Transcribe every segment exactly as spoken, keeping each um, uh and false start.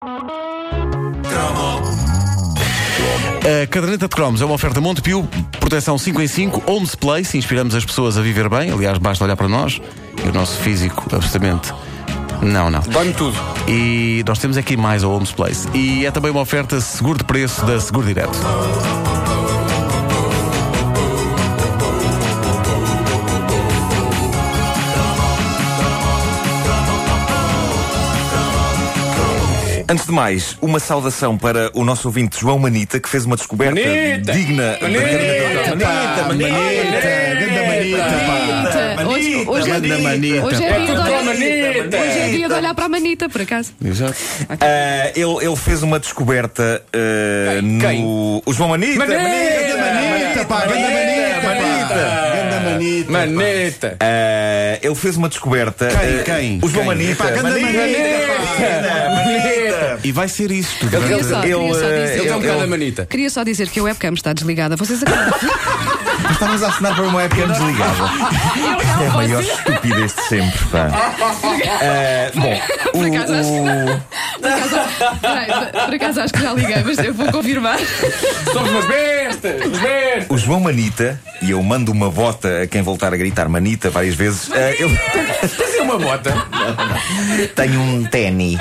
A caderneta de cromos é uma oferta Montepio, proteção cinco em cinco, Homes Place, inspiramos as pessoas a viver bem, aliás, basta olhar para nós, e o nosso físico, absolutamente, não, não. Dói-me tudo. E nós temos aqui mais a Homes Place. E é também uma oferta seguro de preço da Seguro Direto. Antes de mais, uma saudação para o nosso ouvinte João Manita, que fez uma descoberta Manita. digna. Manita, Manita, Manita, ganda Manita, pá. Hoje, hoje, é, Ganda Manita, hoje, é pá. dia de olhar, Manita. hoje é dia de olhar para a Manita, por acaso. Exato. Ah, ele, ele fez uma descoberta ah, Quem? no. Quem? O João Manita! Manita. Manita, pá, ganda Manita, Manita. ganda Manita. Maneta. Ah, ele fez uma descoberta. Quem? ah, Quem? O João Quem? Manita. Pá, ganda Manita. Manita. Manita. E vai ser isto. Ele, Queria só, Ele, queria só eh, dizer. Ele é um ele- bocado da manita. Queria só dizer que a webcam está desligada. Vocês acreditam? Estávamos a assinar para uma webcam desligada. É a maior estupidez de sempre, pá. Ah, bom, o, Por acaso acho que o- Por acaso, peraí, por acaso acho que já liguei, mas eu vou confirmar. Somos umas bestas, umas bestas. o João Manita, e eu mando uma bota a quem voltar a gritar Manita várias vezes, ah, ele Fazia uma bota. tem um ténis.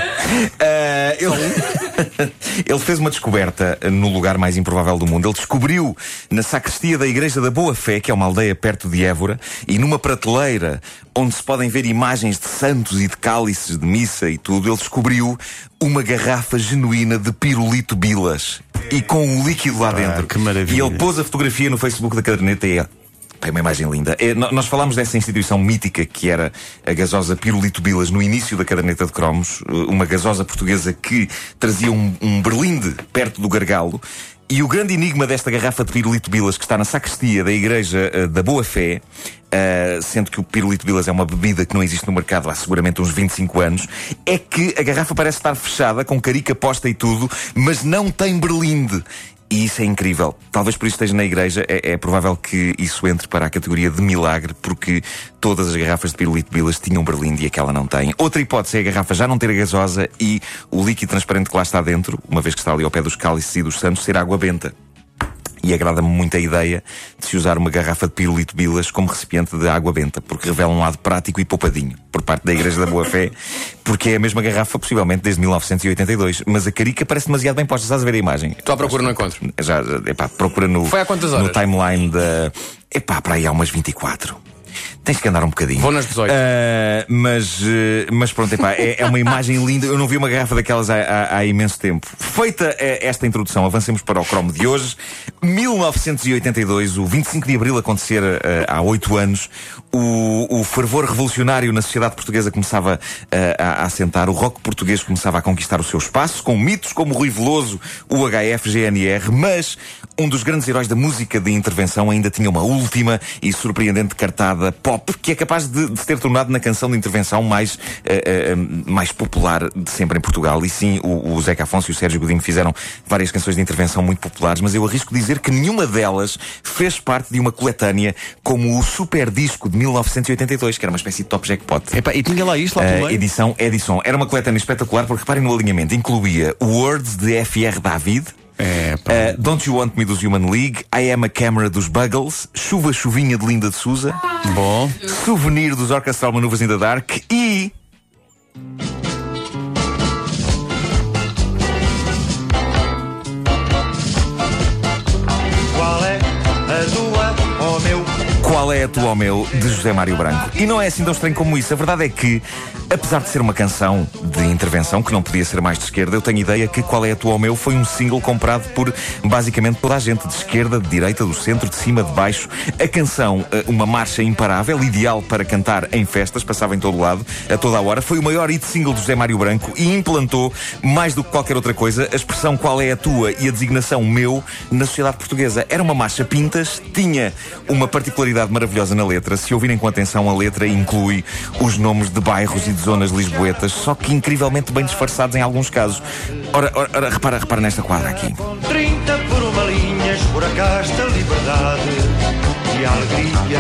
Ah, ele... ele fez uma descoberta no lugar mais improvável do mundo. Ele descobriu na sacristia da Igreja da Boa Fé, que é uma aldeia perto de Évora, e numa prateleira onde se podem ver imagens de santos e de cálices de missa e tudo, ele descobriu uma garrafa genuína de pirulito bilas e com um líquido lá dentro. que maravilha. E ele pôs a fotografia no Facebook da caderneta e é é uma imagem linda. É, no- nós falámos dessa instituição mítica que era a gasosa Pirulito Bilas no início da caderneta de cromos, uma gasosa portuguesa que trazia um, um berlinde perto do gargalo. E o grande enigma desta garrafa de Pirulito Bilas, que está na sacristia da Igreja eh, da Boa Fé, eh, sendo que o Pirulito Bilas é uma bebida que não existe no mercado há seguramente uns vinte e cinco anos, é que a garrafa parece estar fechada, com carica posta e tudo, mas não tem berlinde. E isso é incrível. Talvez por isso esteja na igreja. É, é provável que isso entre para a categoria de milagre, porque todas as garrafas de Pirulito Bilas tinham berlinde e aquela não tem. Outra hipótese é a garrafa já não ter a gasosa e o líquido transparente que lá está dentro, uma vez que está ali ao pé dos cálices e dos santos, ser água benta. E agrada-me muito a ideia de se usar uma garrafa de Pirulito Bilas como recipiente de água benta, porque revela um lado prático e poupadinho por parte da Igreja da Boa Fé, porque é a mesma garrafa, possivelmente desde mil novecentos e oitenta e dois. Mas a carica parece demasiado bem posta. Estás a ver a imagem? Estou à procura, não encontro. Já, já, epá, procura no, Foi há quantas horas? no timeline da. Epá, para aí há umas vinte e quatro. Tens que andar um bocadinho. Vou nas dezoito. Ah, mas, eh, mas pronto, epá, é, é uma imagem linda. Eu não vi uma garrafa daquelas há, há, há imenso tempo. Feita eh, esta introdução, avancemos para o cromo de hoje. mil novecentos e oitenta e dois, o vinte e cinco de abril, acontecer eh, há oito anos. O, o fervor revolucionário na sociedade portuguesa começava eh, a, a assentar. O rock português começava a conquistar o seu espaço, com mitos como o Rui Veloso, o H F, G N R. Mas um dos grandes heróis da música de intervenção ainda tinha uma última e surpreendente cartada pop, que é capaz de, de se ter tornado na canção de intervenção mais, uh, uh, mais popular de sempre em Portugal. E sim, o, o Zeca Afonso e o Sérgio Godinho fizeram várias canções de intervenção muito populares, mas eu arrisco dizer que nenhuma delas fez parte de uma coletânea como o Super Disco de mil novecentos e oitenta e dois, que era uma espécie de top jackpot. Epá, e tinha lá isto, lá Uh, pelo meio? edição Edison. Era uma coletânea espetacular, porque reparem no alinhamento. Incluía Words de F R David, É, pá. Uh, Don't You Want Me dos Human League, I Am a Camera dos Buggles, Chuva Chuvinha de Linda de Souza, Bom. Souvenir dos Orchestral Maneuvers in the Dark e... Qual é a tua, oh meu? Qual é a tua, ou meu, de José Mário Branco. E não é assim tão estranho como isso. A verdade é que, apesar de ser uma canção de intervenção, que não podia ser mais de esquerda, eu tenho ideia que Qual é a tua, ou meu foi um single comprado por basicamente toda a gente, de esquerda, de direita, do centro, de cima, de baixo. A canção, uma marcha imparável, ideal para cantar em festas, passava em todo lado, a toda a hora. Foi o maior hit single de José Mário Branco e implantou, mais do que qualquer outra coisa, a expressão Qual é a tua e a designação meu na sociedade portuguesa. Era uma marcha pintas, tinha uma particularidade maravilhosa na letra. Se ouvirem com atenção, a letra inclui os nomes de bairros e de zonas lisboetas, só que incrivelmente bem disfarçados em alguns casos. Ora, ora, ora repara, repara nesta quadra aqui. Com trinta por uma linha, esburaca esta liberdade e alegria.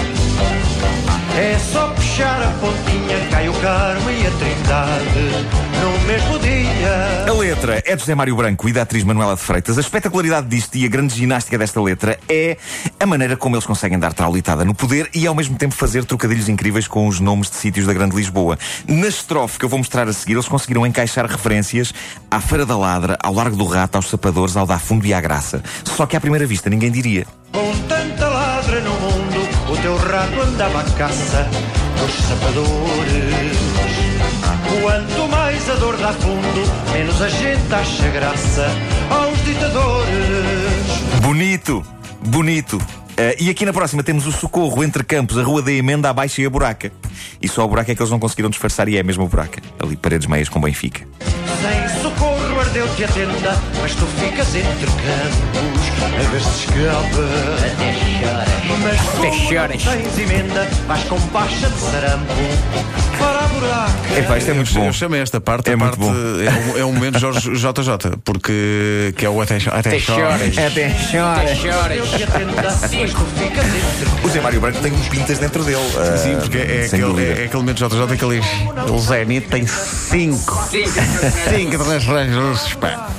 É só puxar a pontinha, cai o Carmo e a Trindade no mesmo dia. A letra é de José Mário Branco e da atriz Manuela de Freitas. A espetacularidade disto e a grande ginástica desta letra é a maneira como eles conseguem dar traulitada no poder e ao mesmo tempo fazer trocadilhos incríveis com os nomes de sítios da Grande Lisboa. Na estrofe que eu vou mostrar a seguir, eles conseguiram encaixar referências à Feira da Ladra, ao Largo do Rato, aos Sapadores, ao Dá Fundo e à Graça. Só que à primeira vista ninguém diria. Com tanta ladra no mundo, o teu rato andava à caça dos sapadores. Quanto mais a dor dá fundo, menos a gente acha graça aos ditadores. Bonito, bonito. Uh, e aqui na próxima temos o Socorro entre Campos, a Rua da Emenda, a Baixa e a Buraca. E só a Buraca é que eles não conseguiram disfarçar e é mesmo a Buraca. Ali, Paredes Meias com Benfica. Sem socorro ardeu-te a tenda, mas tu ficas entre campos a ver se escapa. Até choras. Mas como não tens emenda, vais com baixa de sarampo para a Buraca. Epá, isto é muito bom. Eu chamei esta parte, É a muito parte bom. é, um, é um momento Jorge J J, porque que é o até, cho- até choras. Até Ardeu-te a tenda, mas tu ficas entre O Zé Mário Branco tem um pintas dentro dele. uh, Sim, porque é sem aquele, dúvida. é aquele momento J J que ele diz: o Zenit tem cinco. Cinco transferências.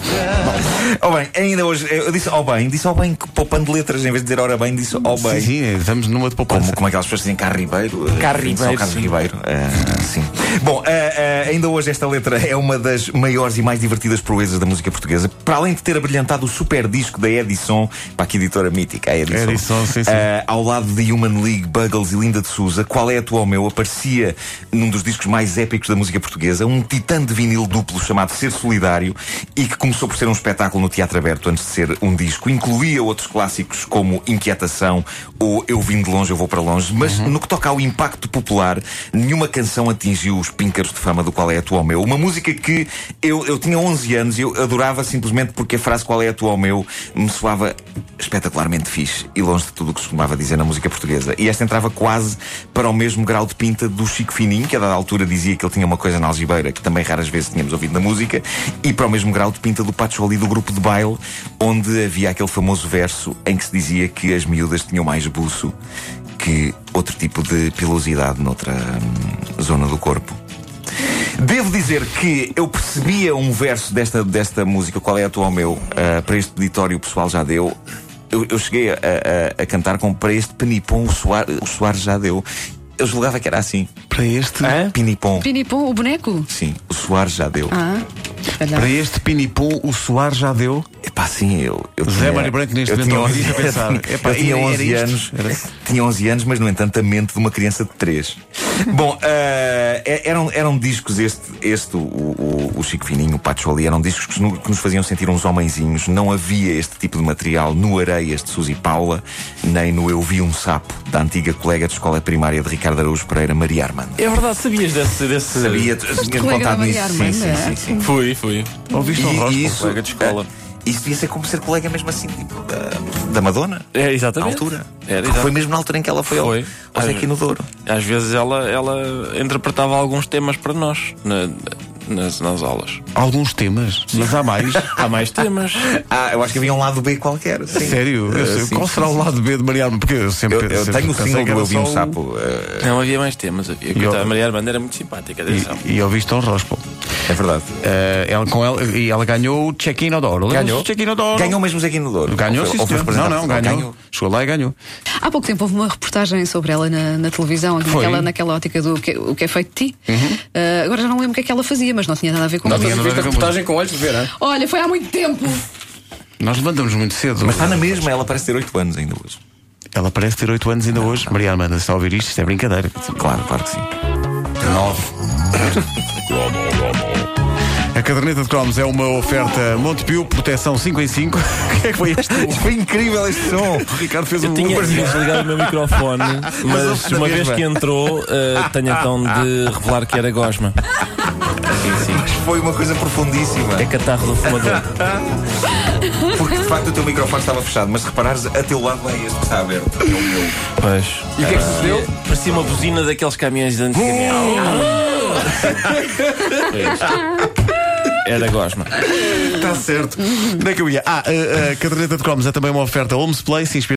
Oh bem, ainda hoje, eu disse ao bem, disse ao bem, poupando letras, em vez de dizer ora bem, disse ao bem. Sim, sim, estamos numa de poupança. Como, como aquelas pessoas dizem Carro Ribeiro? Carro Ribeiro, Carlos sim. Ribeiro. Uh, sim. Bom, uh, uh, ainda hoje esta letra é uma das maiores e mais divertidas proezas da música portuguesa. Para além de ter abrilhantado o super disco da Edison, para que editora mítica, a Edison. Edison, sim, sim. Uh, ao lado de Human League, Buggles e Linda de Souza, Qual é a Tua, ó Meu? Aparecia num dos discos mais épicos da música portuguesa, um titã de vinil duplo chamado Ser Solidário e que começou por ser um espetáculo no Teatro Aberto antes de ser um disco. Incluía outros clássicos como Inquietação ou Eu Vim de Longe, Eu Vou para Longe, mas no que toca ao impacto popular, nenhuma canção atingiu os píncaros de fama do Qual é a Tua, ó Meu? Uma música que eu, eu tinha onze anos e eu adorava simplesmente porque a frase Qual é a Tua, ó Meu? Me soava espetacularmente fixe e longe de tudo o que se costumava dizer na música portuguesa. E esta entrava quase para o mesmo grau de pinta do Chico Fininho, que a dada altura dizia que ele tinha uma coisa na algibeira que também raras vezes tínhamos ouvido na música, e para o mesmo grau de pinta do Pacho e do grupo de baile, onde havia aquele famoso verso em que se dizia que as miúdas tinham mais buço que outro tipo de pilosidade noutra hum, zona do corpo. Devo dizer que eu percebia um verso desta, desta música, Qual é a Tua, ó Meu? Uh, para este peditório o pessoal já deu. Eu, eu cheguei a, a, a cantar com Para este penipom o Soares, o Soares já deu. Eu julgava que era assim. Para este, Pinipom. Pinipom, o boneco? Sim, o Soares já deu. Ah, calhar. para este pinipom o Soares já deu. Epá, sim, eu. eu Zé tinha- Mário Branco neste eu momento tinha a ouvir onze isto a pensar, epá, eu tinha era- era onze isto? anos. Era- Tinha onze anos, mas no entanto a mente de uma criança de três. Bom, eh, eram, eram discos, este, este o, o, o Chico Fininho, o Pacho, eram discos que nos, que nos faziam sentir uns homenzinhos. Não havia este tipo de material no Areias de Suzy Paula, nem no Eu Vi um Sapo, da antiga colega de escola primária de Ricardo Araújo Pereira, Maria Armando. É verdade, sabias desse. desse... Sabia, tinha colega contado da nisso. Maria Sim, sim, Armanda? sim, sim. Fui, fui. Ouviste um E, rosco? e isso, colega de escola. eh, isso devia ser como ser colega mesmo assim, tipo, da, da Madonna. É, Na exatamente. altura. Era, Porque exato. foi mesmo na altura em que ela foi, Foi. ao, ao Zé aqui no Douro. Às vezes ela, ela interpretava alguns temas para nós na, nas, nas aulas. Alguns temas, mas há mais. Há mais temas. Ah, eu acho que havia um lado B qualquer. Sim. Sério? Eu Eh, sei- sim, qual sim, será sim. o lado B de Maria Armando? Porque eu sempre. Eu, eu sempre tenho o pensei single que do era Eu Vi um só o- Sapo. eh, Não havia mais temas, havia. E Coitada, eu- a Maria Armanda era muito simpática, atenção. E, e ouviste um rosco. é verdade. Eh, ela, com ela, e ela ganhou o check-in ao Douro. Ganhou? O check-in ao Douro. Ganhou mesmo o Zé aqui no Douro. Ganhou, Ou sim, foi- ou foi senhor. Não, representante não, de Portugal? ganhou. Chegou lá e ganhou. Há pouco tempo houve uma reportagem sobre ela na, na televisão, aqui Foi. naquela, naquela ótica do que, o que é feito de ti. Ah, agora já não lembro o que é que ela fazia, mas não tinha nada a ver com Não isso. tinha nada a Viste a ver com reportagem com olhos de ver, hein? Olha, foi há muito tempo. Nós levantamos muito cedo. Mas está na mesma, ela parece ter oito anos ainda hoje. Ela parece ter oito anos ainda hoje. Maria Armanda, se está a ouvir isto, isto é brincadeira. Claro, claro que sim. Nove. A caderneta de cromos é uma oferta Montepio, proteção cinco em cinco. O que é que foi este? Foi incrível este som. O Ricardo fez Eu um tinha desligado o meu microfone, mas ouve-se na uma vez mesma. que entrou, eh, tenho então de revelar que era gosma. Sim, sim. Foi uma coisa profundíssima. É catarro do fumador. Porque de facto o teu microfone estava fechado, mas se reparares, a teu lado é este que está aberto. É o meu. Pois. E o que é que sucedeu? Parecia uma buzina daqueles caminhões de antigamente. Era gosma. Está certo. Onde é que eu ia? Ah, a, a caderneta de cromos é também uma oferta Homes Place, inspirada